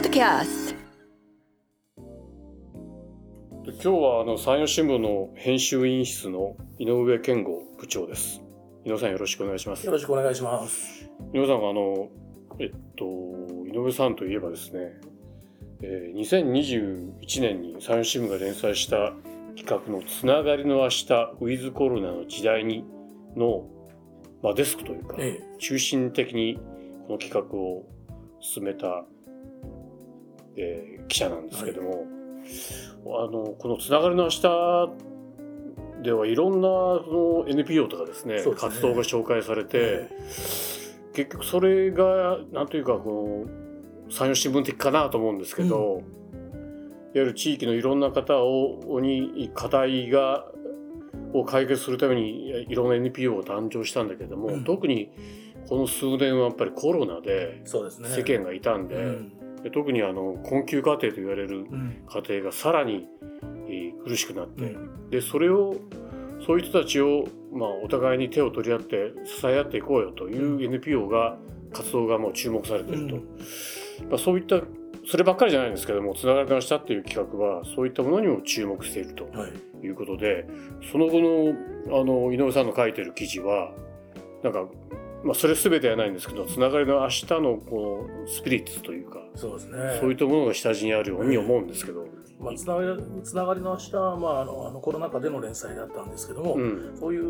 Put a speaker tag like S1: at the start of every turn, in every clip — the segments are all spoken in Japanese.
S1: ドキャスト。
S2: 今日は山陽新聞の編集委員室の井上健吾部長です。井上さん、よろしくお願いします。
S3: よろしくお願いします。
S2: 井上さんは井上さんといえばですね、2021年に山陽新聞が連載した企画のつながりの明日ウィズコロナの時代にの、デスクというか、中心的にこの企画を進めた、記者なんですけども、このつながりの明日ではいろんなNPO とかですね、活動が紹介されて、結局それがなんというかこの山陽新聞的かなと思うんですけど、いわゆる地域のいろんな方に課題を解決するためにいろんな NPO が誕生したんだけども、特にこの数年はやっぱりコロナで世間が傷んで、特に困窮家庭と言われる家庭がさらに苦しくなって、でそういう人たちを、お互いに手を取り合って支え合っていこうよという NPO が活動がもう注目されていると、そういったそればっかりじゃないんですけども、つながりの明日っていう企画はそういったものにも注目しているということで、その後の井上さんの書いてる記事はなんか、それ全てはないんですけど、つながりの明日のこうスピリッツというか、そういったものが下地にあるように思うんですけど、
S3: つながりの明日は、コロナ禍での連載だったんですけども、そういう、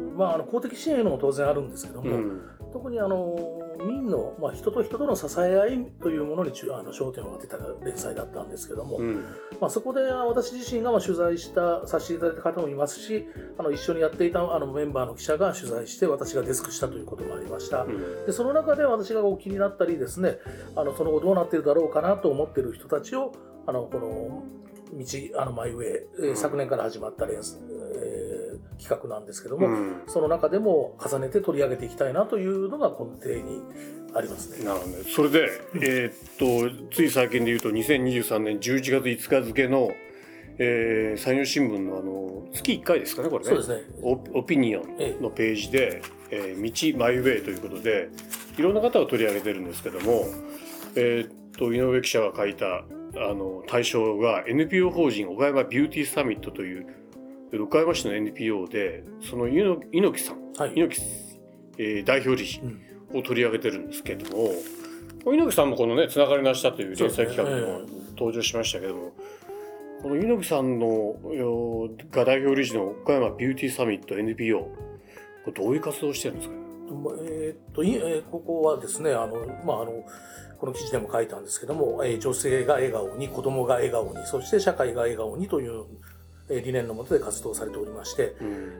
S3: 公的支援も当然あるんですけども、特に民の、人と人との支え合いというものに焦点を当てた連載だったんですけども、そこで私自身が取材させていただいた方もいますし、一緒にやっていたメンバーの記者が取材して私がデスクしたということもありました。でその中で私が気になったりですね、その後どうなっているだろうかなと思っている人たちをこのマイウェイ、昨年から始まった企画なんですけども、その中でも重ねて取り上げていきたいなというのが根底にありますね。
S2: なるほどね。それで、つい最近でいうと2023年11月5日付の、山陽新聞の月1回ですかね、これね。
S3: そうですね。
S2: オピニオンのページで、道マイウェイということでいろんな方を取り上げてるんですけども、井上記者が書いた対象が NPO 法人岡山ビューティーサミットという岡山市の NPO で、その猪木さん、猪木、代表理事を取り上げてるんですけども、猪木さんもこのね、つながりの明日という連載企画にも登場しましたけども、この猪木さんが代表理事の岡山ビューティーサミット NPO、これどういう活動をしてるんですかね。
S3: ここはですね、この記事でも書いたんですけども、女性が笑顔に、子供が笑顔に、そして社会が笑顔にという理念のもとで活動されておりまして、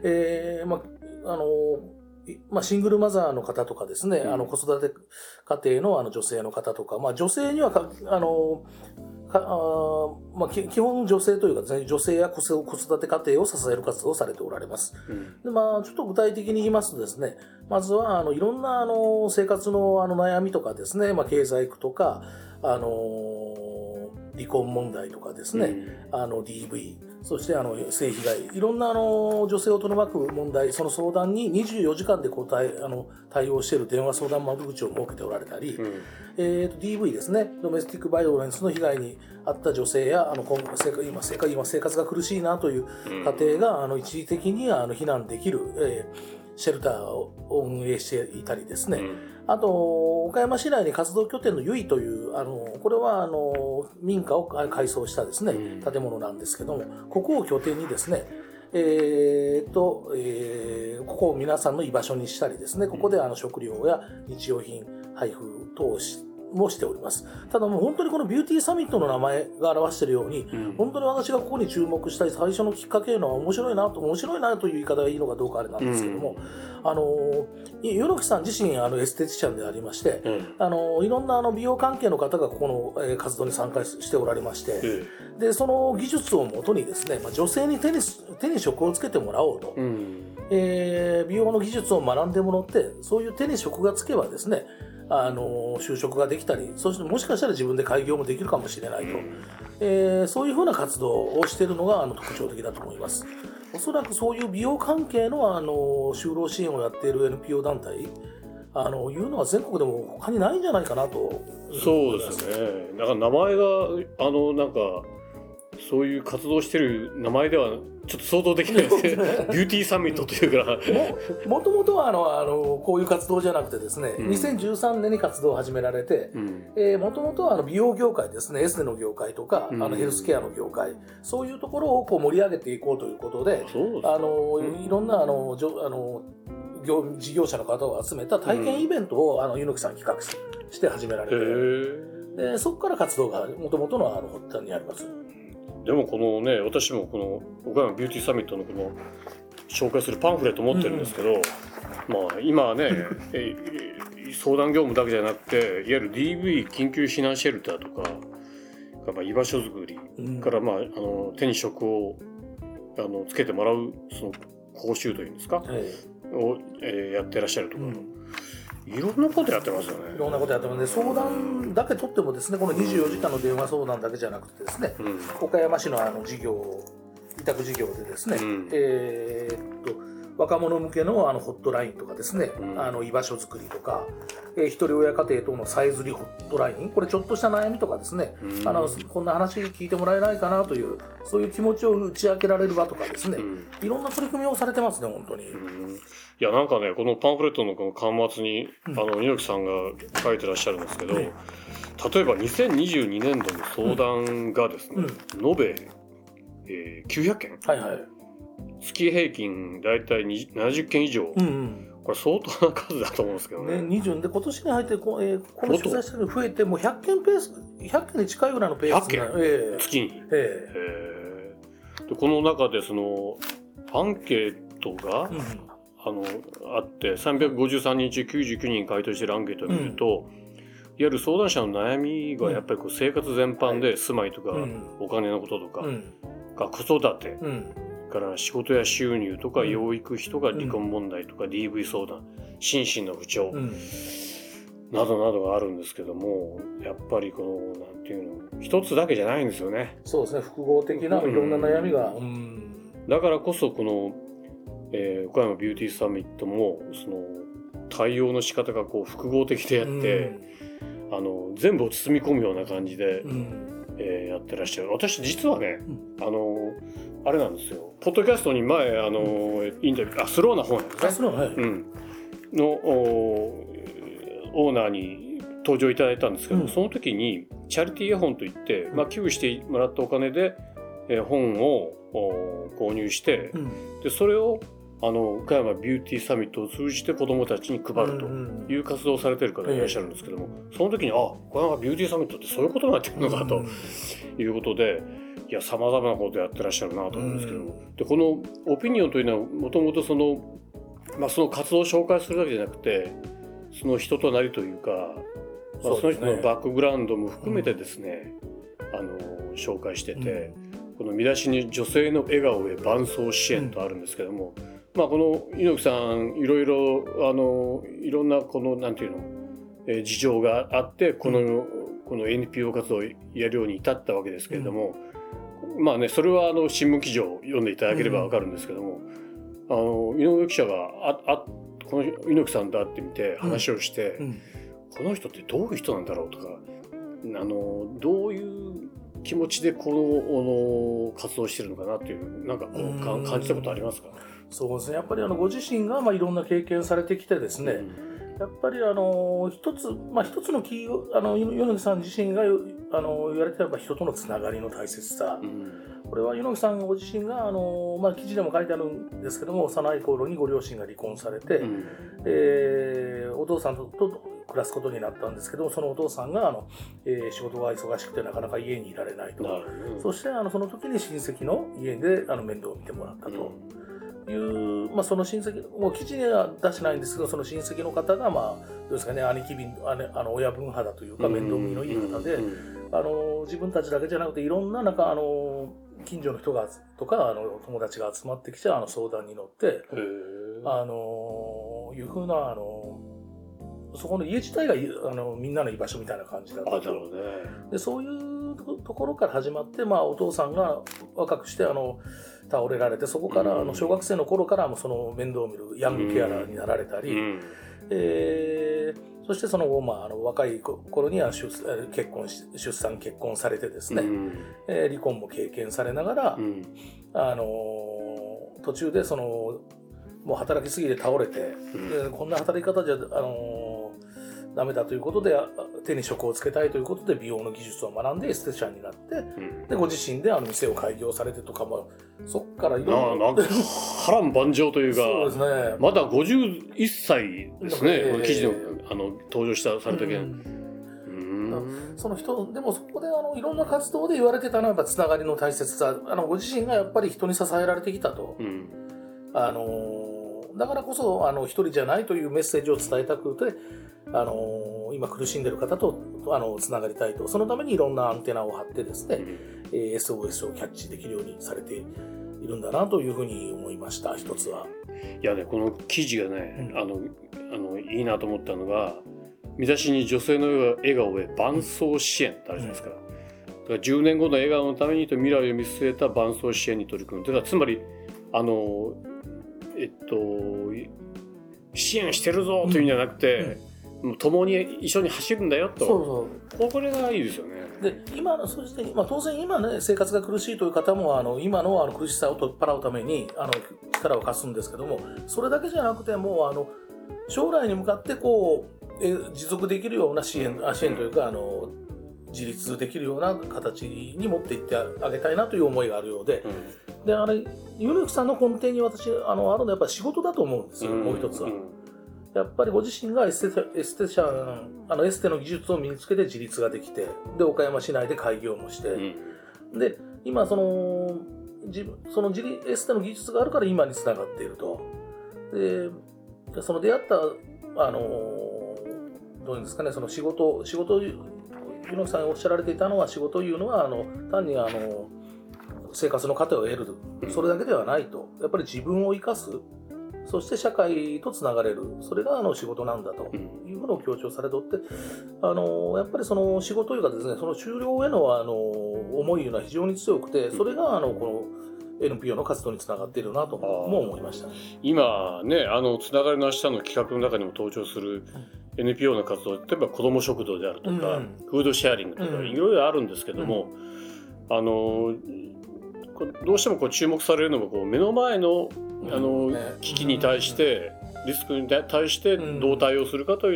S3: シングルマザーの方とかですね、子育て家庭の女性の方とか、女性には基本女性というかですね、女性や子育て家庭を支える活動をされておられます。でちょっと具体的に言いますとですね、まずはいろんな生活の悩みとかですね、経済苦とか離婚問題とかですね、DV、そして性被害、いろんな女性を取り巻く問題、その相談に24時間で対応している電話相談窓口を設けておられたり、DV ですね、ドメスティックバイオレンスの被害に遭った女性や今生活が苦しいなという家庭が一時的に避難できる、シェルターを運営していたりですね、あと岡山市内に活動拠点のゆいというこれは民家を改装したですね、建物なんですけども、ここを拠点にですね、ここを皆さんの居場所にしたりですね、ここで食料や日用品配布等もしております。ただもう本当にこのビューティーサミットの名前が表しているように、本当に私がここに注目したい最初のきっかけは面白いなという言い方がいいのかどうかあれなんですけども、猪木さん自身エステティシャンでありまして、いろんな美容関係の方がここの活動に参加しておられまして、でその技術をもとにですね、女性に手に職をつけてもらおうと、美容の技術を学んでもらって、そういう手に職がつけばですね、就職ができたり、そしてもしかしたら自分で開業もできるかもしれないと、そういうふうな活動をしているのが特徴的だと思います。おそらくそういう美容関係の就労支援をやっている NPO 団体、 いうのは全国でも他にないんじゃないかなと。
S2: そうですね。だから名前がなんかそういう活動してる名前ではちょっと想像できないですね。ビューティーサミットというか
S3: もともとはこういう活動じゃなくてですね、2013年に活動を始められて、もともとは美容業界ですね、エステの業界とか、ヘルスケアの業界、そういうところをこう盛り上げていこうということで、いろんな事業者の方を集めた体験イベントを柚木さん企画して始められて、でそこから活動がもともとの発端にあります。
S2: でもこのね、私もこの岡山ビューティーサミットのこの紹介するパンフレット持ってるんですけど、まあ今はね相談業務だけじゃなくて、いわゆる DV 緊急避難シェルターとか、居場所づくりから、手に職をつけてもらうその講習というんですか、を、やってらっしゃるとか、いろんなことやってますよね。
S3: いろんなことやってますね。相談だけ取ってもですね、この24時間の電話相談だけじゃなくてですね、岡山市の事業、委託事業でですね、若者向けのホットラインとかですね、居場所づくりとか、一人親家庭等のさえずりホットライン、これちょっとした悩みとかですね、こんな話聞いてもらえないかなという、そういう気持ちを打ち明けられる場とかですね、いろんな取り組みをされてますね、本当に。
S2: いや、なんかね、このパンフレットのこの端末に柚木さんが書いてらっしゃるんですけど、例えば2022年度の相談がですね、延べ、900件、月平均だいたい70件以上、これ相当な数だと思うんですけどね。
S3: 20で今年に入ってこの取材したの増えてもう100件ペース、100件に近いぐらいのペース
S2: で、100件、月に。でこの中でそのアンケートが、あって353人中99人回答しているアンケートを見ると、いわゆる相談者の悩みがやっぱりこう生活全般で、住まいとか、お金のこととか、子育て、から仕事や収入とか養育費とか離婚問題とか DV 相談、心身の不調、などなどがあるんですけども、やっぱりこのなんていうの、一つだけじゃないんですよね。
S3: そうですね、複合的ないろんな悩みが、
S2: だからこそこの岡山ビューティーサミットもその対応の仕方がこう複合的でやって、全部を包み込むような感じで、やってらっしゃる。私実はね、あれなんですよ、ポッドキャストに前インタビュースローな本ですね、のオーナーに登場いただいたんですけど、その時にチャリティー絵本といって、寄付してもらったお金で、本を購入して、でそれを岡山ビューティーサミットを通じて子どもたちに配るという活動をされている方がいらっしゃるんですけども、その時に岡山ビューティーサミットってそういうことになってるのかということで、いや様々なことをやってらっしゃるなと思うんですけども、でこのオピニオンというのはもともとその活動を紹介するだけじゃなくて、その人となりというか、その人のバックグラウンドも含めてですね、紹介してて、この見出しに女性の笑顔へ伴走支援とあるんですけども、この猪木さんいろいろいろんなこのなんていうの、事情があってこの NPO 活動をやるように至ったわけですけれども、それは新聞記事を読んでいただければ分かるんですけども、井上記者がこの猪木さんと会ってみて話をして、この人ってどういう人なんだろうとか、どういう気持ちでこの活動してるのかなっていうなんかこう感じたことありますか？
S3: そうですね、やっぱりご自身がいろんな経験されてきてですね、やっぱり一つのキー猪木さん自身が言われてた人とのつながりの大切さ、これは猪木さんご自身が記事でも書いてあるんですけども、幼い頃にご両親が離婚されて、お父さんと暮らすことになったんですけど、そのお父さんが仕事が忙しくてなかなか家にいられないと、そしてその時に親戚の家で面倒を見てもらったという、その親戚もう記事には出してないんですけど、その親戚の方がどうですかね、兄貴分親分肌というか面倒見のいい方で、自分たちだけじゃなくていろんな近所の人がとか友達が集まってきて相談に乗っていうふうなそこの家自体がみんなの居場所みたいな感じだったと。でそういうところから始まって、お父さんが若くして倒れられて、そこから小学生の頃からその面倒を見るヤングケアラーになられたり、 そしてその後、若い頃には出産結婚されてですね、離婚も経験されながら、途中でもう働きすぎて倒れて、こんな働き方じゃダメだということで、手に職をつけたいということで美容の技術を学んでエステティシャンになって、でご自身で店を開業されてとかも、そっからいろいろ
S2: なんか波乱万丈というか、
S3: そうですね、
S2: まだ51歳ですね、記事の登場された件。
S3: その人でもそこでいろんな活動で言われてたのはやっぱつながりの大切さ、ご自身がやっぱり人に支えられてきたと、だからこそ一人じゃないというメッセージを伝えたくて、今苦しんでいる方とつながりたいと、そのためにいろんなアンテナを張ってですね、SOS をキャッチできるようにされているんだなというふうに思いました。一つはい
S2: やね、この記事がね、いいなと思ったのが、見出しに女性の笑顔へ伴走支援ってあるじゃないですか。だから10年後の笑顔のためにと未来を見据えた伴走支援に取り組むというのは、つまり支援してるぞというんじゃなくて、共に一緒に走るんだよと。これがいいですよね。
S3: でそして当然今ね、生活が苦しいという方も今の苦しさを取っ払うために力を貸すんですけども、それだけじゃなくても将来に向かって持続できるような支援というか自立できるような形に持っていってあげたいなという思いがあるようで、でゆるゆきさんの根底に私あるのはやっぱり仕事だと思うんですよ。もう一つはやっぱりご自身がエステの技術を身につけて自立ができて、で岡山市内で開業もして、で今そのエステの技術があるから今につながっていると。でその出会ったどういうんですかね、その仕事ゆのきさんがおっしゃられていたのは、仕事というのは単に生活の糧を得る、それだけではないと。やっぱり自分を生かす、そして社会とつながれる、それが仕事なんだというものを強調されておって、やっぱりその仕事というかですね、その就労への思いというのは非常に強くて、それがこのNPO の活動につながっているなとも思いました。
S2: 今ね、つながりの明日の企画の中にも登場する NPO の活動、例えば子ども食堂であるとか、フードシェアリングとか、いろいろあるんですけども、どうしても注目されるのが目の前の危機に対して、リスクに対してどう対応するかという、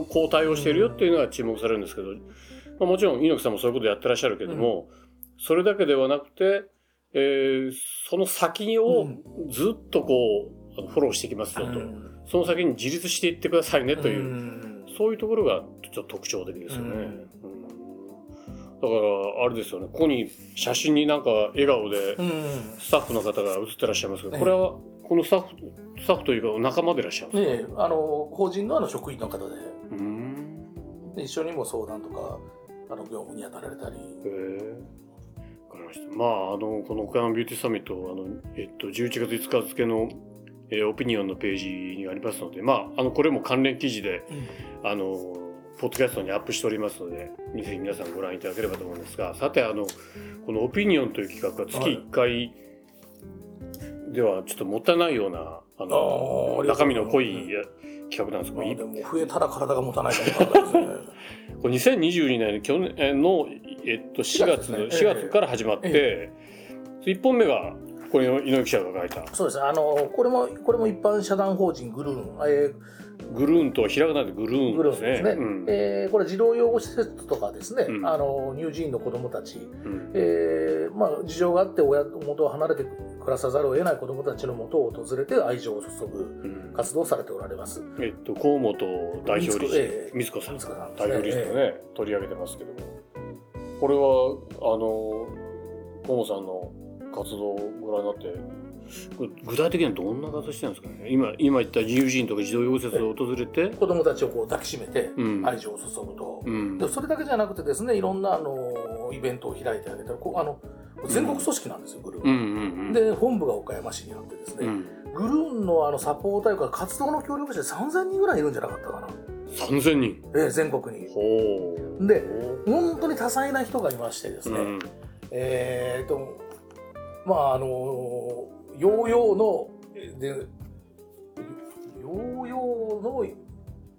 S2: こう対応しているよっていうのが注目されるんですけど、もちろん猪木さんもそういうことやってらっしゃるけども、それだけではなくて、その先をずっとフォローしていきますよと、その先に自立していってくださいねという、そういうところがちょっと特徴的ですよね。だからあれですよね、ここに写真になんか笑顔でスタッフの方が写ってらっしゃいますけど、これはこのスタッフというか仲間でいらっしゃるんですか？
S3: 法人の職員の方で、一緒にも相談とか業務に当たられたり。
S2: わかりました。この岡山ビューティーサミット11月5日付のオピニオンのページにありますので、これも関連記事で、ポッドキャストにアップしておりますので、ぜひ皆さんご覧いただければと思うんですが、さてこのオピニオンという企画が月1回ではちょっともったいないような中身の濃い企画なんですけど、
S3: でも増えたら体が持たないかもしれないですね。
S2: これ2022年去年の4月から始まって、1本目がこれ井上記者が書いた。
S3: そうです。これも一般社団法人グルーン。
S2: グルーンとはひらがなでグルーンです
S3: ね。これ児童養護施設とかですね、乳児院の子どもたち、事情があって親元を離れて暮らさざるを得ない子どもたちの元を訪れて愛情を注ぐ活動をされておられます。
S2: 河本代表理事、光子さん代表理事がね取り上げてますけども、これは河本さんの活動をご覧になって具体的にはどんな活動してるんですかね。今言った乳児院とか児童養護施設を訪れて
S3: 子どもたちを抱きしめて愛情を注ぐと、でそれだけじゃなくてですね、いろんなイベントを開いてあげたら全国組織なんですよ、グルーン。で本部が岡山市にあってですね、グルーンのサポーターというか活動の協力者で3000人ぐらいいるんじゃなかったかな。
S2: 3000人、
S3: 全国に。で本当に多彩な人がいましてですね、ヨーヨーの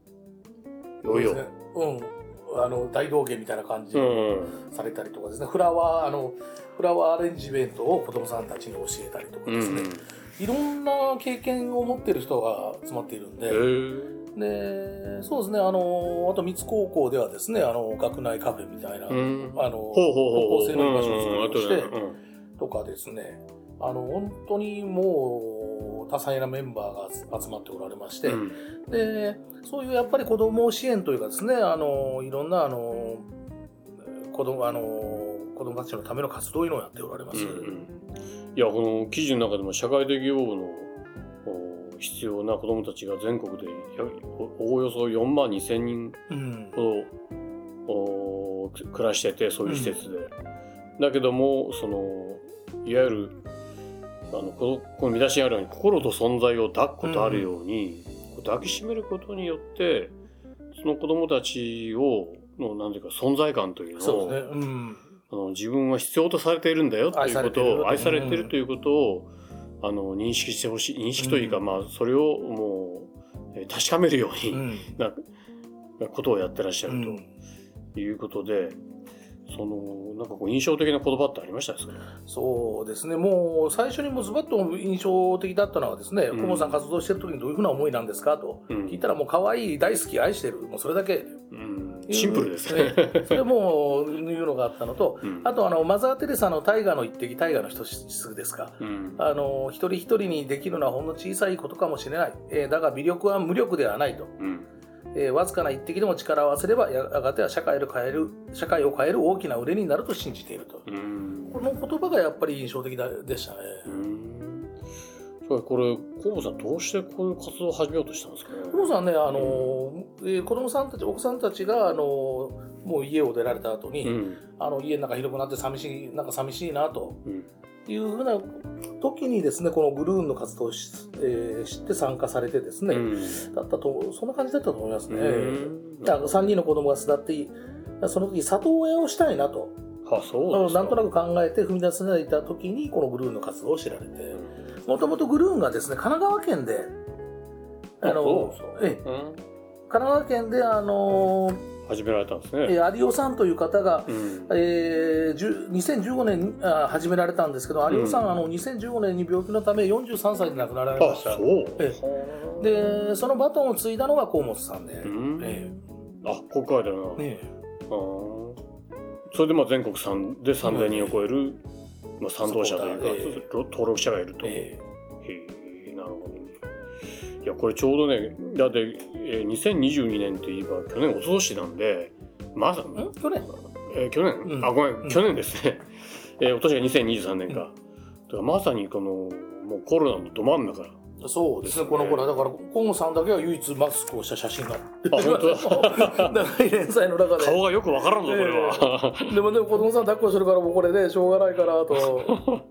S2: ヨーヨ
S3: ー、大道芸みたいな感じにされたりとかですね、フラワーアレンジメントを子どもさんたちに教えたりとかですね、いろんな経験を持っている人が集まっているんで、そうですね、あと三津高校ではですね、学内カフェみたいな、高校生の居場所を作りしてとかですね、本当にもう多彩なメンバーが集まっておられまして、でそういうやっぱり子ども支援というかですね、いろんな子どもたちのための活動をやっておられます。
S2: いや、この記事の中でも社会的養護の必要な子どもたちが全国でおおよそ4万2000人ほど暮らしてて、そういう施設で、だけどもいわゆるこの見出しにあるように心と存在を抱くことあるように、抱きしめることによってその子どもたちのなんていうか存在感というのを、自分は必要とされているんだよということを、愛されているということを認識してほしい、認識というか、それをもう確かめるようになことをやってらっしゃるということで、なんか印象的な言葉ってありましたですか？
S3: そうですね、もう最初にもズバッと印象的だったのはですね、顧問さん活動してる時にどういうふうな思いなんですかと聞いたら、もう可愛い、大好き、愛してる、もうそれだけ、
S2: シンプルですね。
S3: それもいうのがあったのと、あとマザー・テレサの大河の一滴、大河の一滴ですか、一人一人にできるのはほんの小さいことかもしれない、だが魅力は無力ではないと。わずかな一滴でも力を合わせればやがては社会を変える大きな腕になると信じていると。この言葉がやっぱり印象的でしたね。
S2: これ河本さんどうしてこういう活動を始めようとしたんですかね？
S3: 河本さんね、子供さんたち、奥さんたちがもう家を出られた後に、家の中広くなって寂しいなというふうな時にですね、このグルーンの活動を知って参加されてですね、そんな感じだったと思いますね。3人の子供が巣立ってその時里親をしたいなと、なんとなく考えて踏み出せいた時にこのグルーンの活動を知られて、もともとグルーンがですね、神奈川県で神奈川県で
S2: 始められたんですね。
S3: 有尾さんという方が、2015年に始められたんですけど、有尾さん2015年に病気のため43歳で亡くなられました。でそのバトンを継いだのが河本さんで、
S2: 国会だな。それで全国で3000人を超える賛同者というか、登録者がいると。なるほど。いや、これちょうどね、だって2022年といえば去年、おととしなんで、去年ですね。おととしが2023年か。だからまさにもうコロナのど真ん中。
S3: そうですね、この頃だから河本さんだけは唯一マスクをした写真が
S2: 本当だ。
S3: 長い連載の中で
S2: 顔がよくわからんぞ、これは。
S3: でも子供さん抱っこしてるから、もうこれでしょうがないかなと。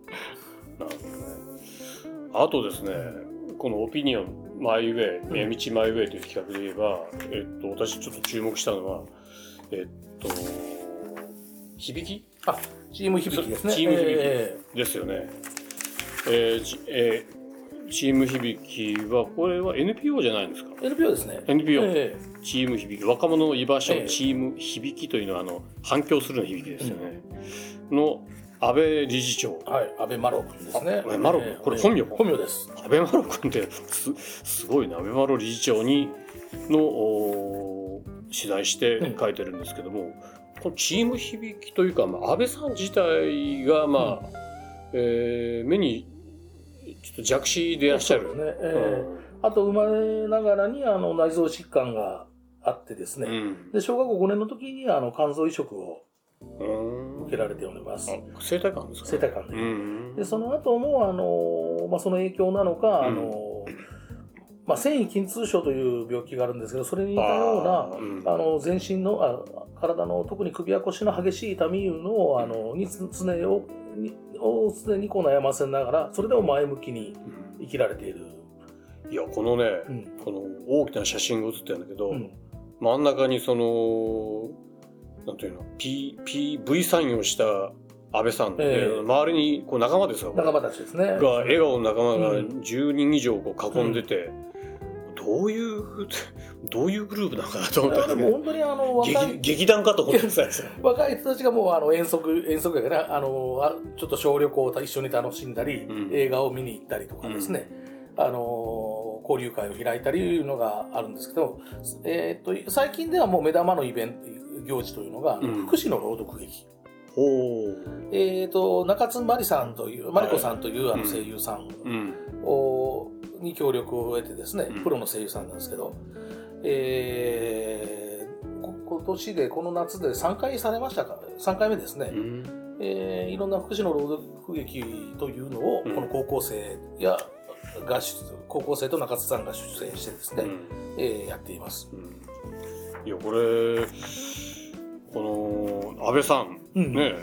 S2: あとですね、このオピニオンマイウェイ、道マイウェイという企画で言えば、私ちょっと注目したのは、響き？
S3: チーム響きですね。
S2: チーム響きですよね。チーム響きは、これは NPO じゃないんですか？
S3: NPO ですね。
S2: NPO、チーム響き、若者の居場所、チーム響きというのは反響するの響きですよね。の安倍理事長。
S3: 安倍麻呂君ですね。
S2: 安倍麻呂君、これ本名
S3: です。
S2: 安倍麻呂君ってすごいな。安倍麻呂理事長の取材して書いてるんですけども、このチーム響きというか、安倍さん自体が目にちょっと弱視でいらっしゃる。
S3: あと生まれながらに内臓疾患があってですね、で小学校5年の時に肝臓移植を受けられております。
S2: 生体肝ですか？
S3: 生体肝でその後もその影響なのか、繊維筋痛症という病気があるんですけど、それに似たような全身の体の特に首や腰の激しい痛みのに常に悩ませながら、それでも前向きに生きられている。
S2: いや、このね、この大きな写真が写ってるんだけど、真ん中になんていうの、PV サインをした安倍さんで、周りに仲間ですよ。
S3: 仲間たちですね。
S2: 笑顔の仲間が10人以上囲んでて、どどういうグループなのかなと思ったんですけど、
S3: 本当に
S2: 劇団かと思ってたんですよ。
S3: 若い人たちがもう遠足やからちょっと小旅行を一緒に楽しんだり、映画を見に行ったりとかですね、交流会を開いたりいうのがあるんですけど、最近ではもう目玉のイベント行事というのが、福祉の朗読劇。中津まりさんというマリコさんという声優さんに協力を得てですね、プロの声優さんなんですけど、今年でこの夏で3回されましたか、3回目ですね。いろんな福祉の朗読劇というのを、この高校生と中津さんが出演してですね、やっています。
S2: いや、これこの安倍さん、ね、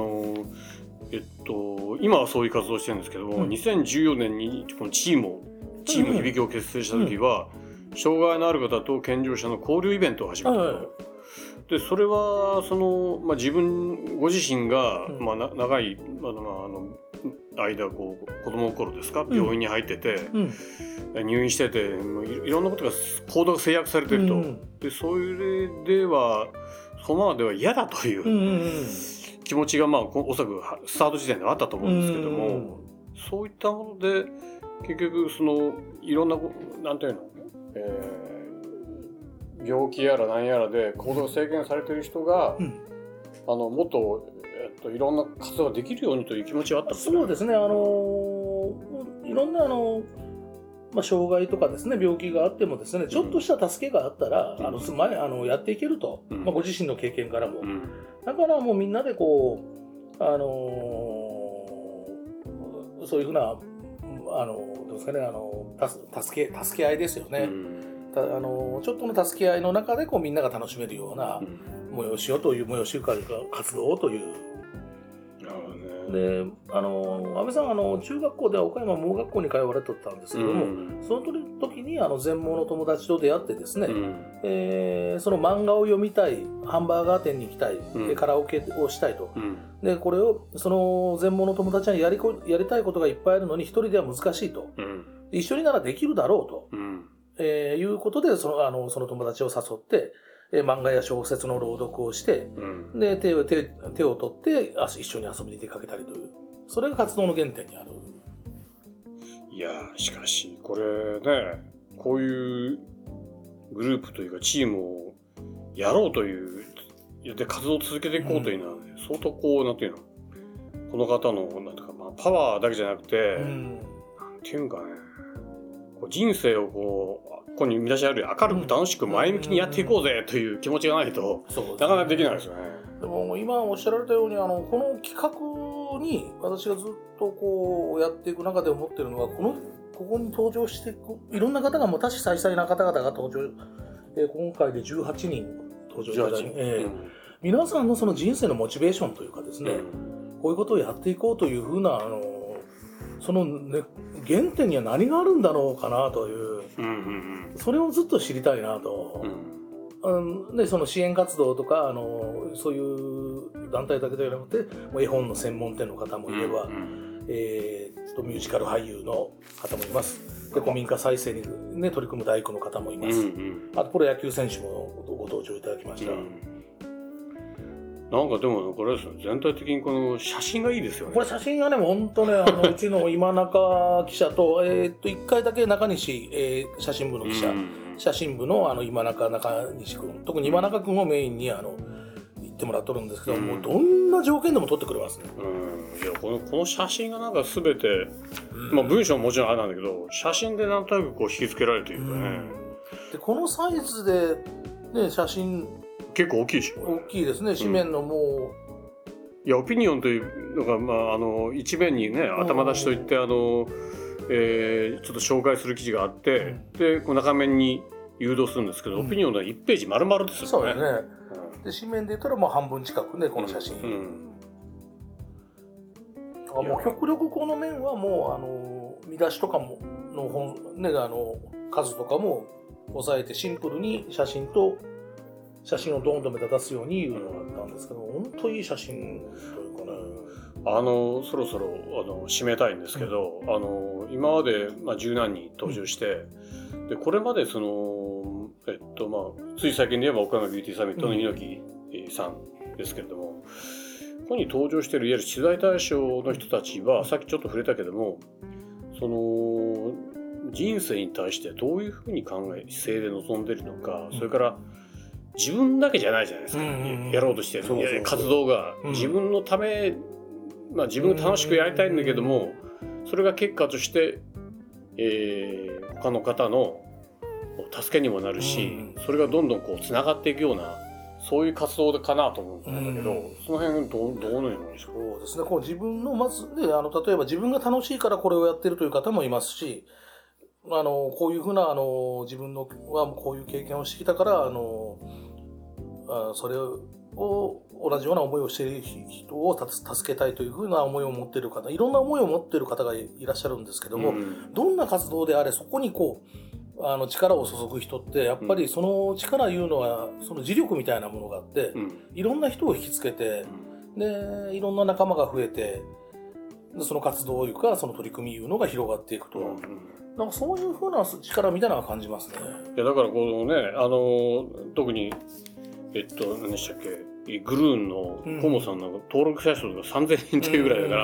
S2: 今はそういう活動をしてるんですけども、2014年にこのチーム響きを結成した時は、障害のある方と健常者の交流イベントを始めたと。でそれは自分ご自身が、長い間子供の頃ですか、病院に入ってて、入院してて、いろんなことが行動が制約されてると、でそれではそのままでは嫌だという気持ちが、おそらくスタート時点ではあったと思うんですけども、そういったもので結局いろんななんていうの、病気やら何やらで行動が制限されている人が、もっと、いろんな活動ができるようにという気持ちはあったんですか？
S3: そうですね、いろんな障害とかですね、病気があってもですね、ちょっとした助けがあったら、やっていけると、ご自身の経験からも、だからもうみんなでこう、そういうふうなどうですかね、助け合いですよね。ちょっとの助け合いの中でみんなが楽しめるような催し活動という。で安倍さん中学校では岡山盲学校に通われてたんですけども、その時に全盲の友達と出会ってですね、その漫画を読みたい、ハンバーガー店に行きたい、カラオケをしたいと、でこれをその全盲の友達にやりたいことがいっぱいあるのに一人では難しいと、一緒にならできるだろうと、いうことでその友達を誘って漫画や小説の朗読をして、で手を取って一緒に遊びに出かけたりという、それが活動の原点にある。
S2: いやしかしこれね、こういうグループというかチームをやろうというで活動を続けていこうというのは、相当なんていうの、この方のなんていうか、パワーだけじゃなくて、なんていうんかね、人生をここに見出しあるように明るく楽しく前向きにやっていこうぜという気持ちがないと、なかなかできないですよね。
S3: でも今おっしゃられたようにこの企画に私がずっとやっていく中で思っているのは、ここに登場していくいろんな方が多種多彩な方々が登場、今回で18人登場いただいて、皆さんのその人生のモチベーションというかですね、こういうことをやっていこうというふうなその、原点には何があるんだろうかなという、それをずっと知りたいなと、でその支援活動とかそういう団体だけではなくて、絵本の専門店の方もいれば、ミュージカル俳優の方もいます。で古民家再生に、取り組む大工の方もいます。あとプロ野球選手もご登場いただきました。
S2: なんかでもこれですね、全体的にこの写真がいいですよね。
S3: これ写真がね、本当ね、うちの今中記者と1回だけ中西、写真部の記者、写真部の中西君、特に今中君をメインに行ってもらっとるんですけど、もうどんな条件でも撮ってくれますね。
S2: いやこの写真がなんか全て、文章ももちろんあれなんだけど、写真でなんとなく引きつけられるというかね。
S3: でこのサイズで、ね、写真
S2: 結構大きいでしょ。
S3: 大きいですね。紙面のも
S2: う、いやオピニオンというのが、一面にね、頭出しといってちょっと紹介する記事があって、でこの中面に誘導するんですけど、オピニオンは1ページ丸々ですよね。
S3: そうですね。で紙面で言ったらもう半分近くね、この写真。もう極力この面はもう見出しとかもの本ね、数とかも抑えてシンプルに写真をドーンと目立たすようにいうのがあったんですけど、本当にいい写真というかね。
S2: そろそろ締めたいんですけど、今まで、十何人登場して、でこれまでつい最近で言えば岡山ビューティーサミットの猪木さんですけれども、ここに登場しているいわゆる取材対象の人たちは、さっきちょっと触れたけども、人生に対してどういうふうに姿勢で臨んでいるのか、それから自分だけじゃないじゃないですか、やろうとしてる活動が自分のため、自分が楽しくやりたいんだけども、それが結果として、他の方の助けにもなるし、それがどんどんつながっていくような、そういう活動かなと思うんだけど、その辺どのようにですか？
S3: そうですね、自分のまずね、例えば自分が楽しいからこれをやってるという方もいますし、こういうふうな自分はこういう経験をしてきたからそれを同じような思いをしている人を助けたいというふうな思いを持っている方、いろんな思いを持っている方がいらっしゃるんですけども、どんな活動であれそこに力を注ぐ人ってやっぱりその力いうのはその磁力みたいなものがあって、いろんな人を引きつけて、でいろんな仲間が増えて、でその活動いうかその取り組みいうのが広がっていくと、なんかそういうふうな力みたいなのを感じますね。
S2: いやだから特に何でしたっけ、グルーンのコモさんの登録者数が3000人というぐらいだから、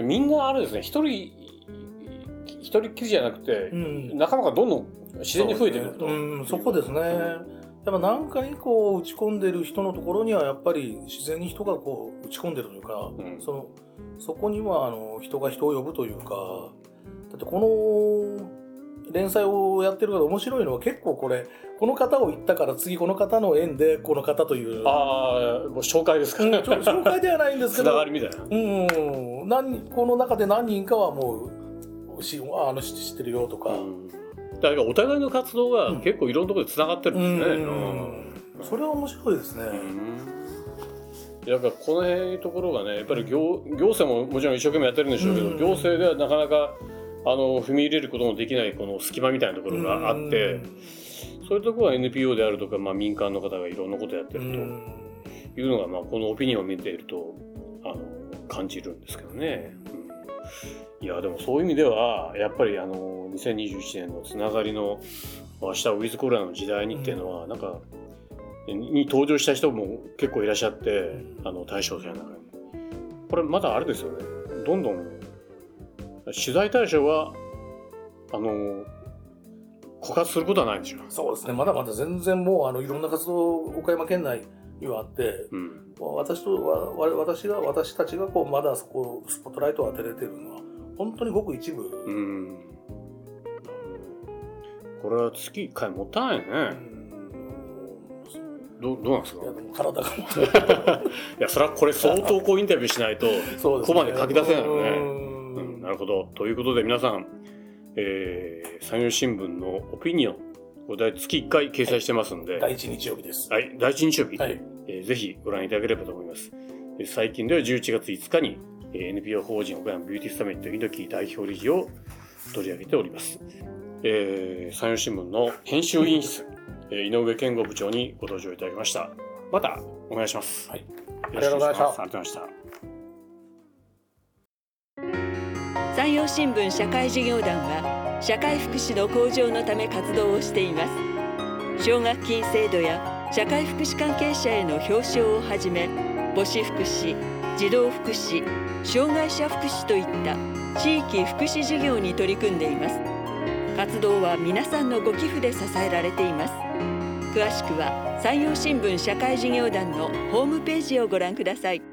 S2: みんなあれですね、一人っきりじゃなくて、仲間がどんどん自然に増えてくると。
S3: そこですね。やっぱ何かに打ち込んでる人のところにはやっぱり自然に人が打ち込んでるというか、そこには人が人を呼ぶというか、だってこの連載をやってるから面白いのは、結構この方を言ったから次この方の縁でこの方という、
S2: もう紹介ですかね、
S3: 紹介ではないんですけど、
S2: つながりみたいな、
S3: この中で何人かはもう知ってるよとか、
S2: だからお互いの活動が結構いろんなところでつながってるんですね。
S3: それは面白いですね。
S2: だからこの辺のところがね、やっぱり行政ももちろん一生懸命やってるんでしょうけど、行政ではなかなか踏み入れることもできないこの隙間みたいなところがあって、そういうところは NPO であるとか、民間の方がいろんなことをやってるというのが、このオピニオンを見ていると感じるんですけどね。いやでもそういう意味ではやっぱり2021年のつながりの明日ウィズコロナの時代にっていうのは、なんかに登場した人も結構いらっしゃって、対象者の中にこれまだあれですよね、どんどん取材対象は枯渇することはないんでしょう。
S3: そうですね、まだまだ全然もういろんな活動岡山県内にはあって、私たちがまだそこスポットライトを当てれてるのは本当にごく一部。
S2: これは月1回もったいないね。どうなんですか？
S3: いやでも体が
S2: いやそれはこれ相当インタビューしないとここまで書き出せないよね。なるほど。ということで皆さん、山陽新聞のオピニオン、これ月1回掲載してますんで、
S3: 第1日曜日です。
S2: はい、第1日曜日、ぜひご覧いただければと思います。最近では11月5日に NPO 法人岡山ビューティーサミット猪木代表理事を取り上げております。山陽新聞の編集委員室、井上健吾部長にご登場いただきました。またお願いします。
S3: はい、ありがとうございました。
S2: ありがとうございました。
S1: 山陽新聞社会事業団は社会福祉の向上のため活動をしています。奨学金制度や社会福祉関係者への表彰をはじめ、母子福祉、児童福祉、障害者福祉といった地域福祉事業に取り組んでいます。活動は皆さんのご寄付で支えられています。詳しくは山陽新聞社会事業団のホームページをご覧ください。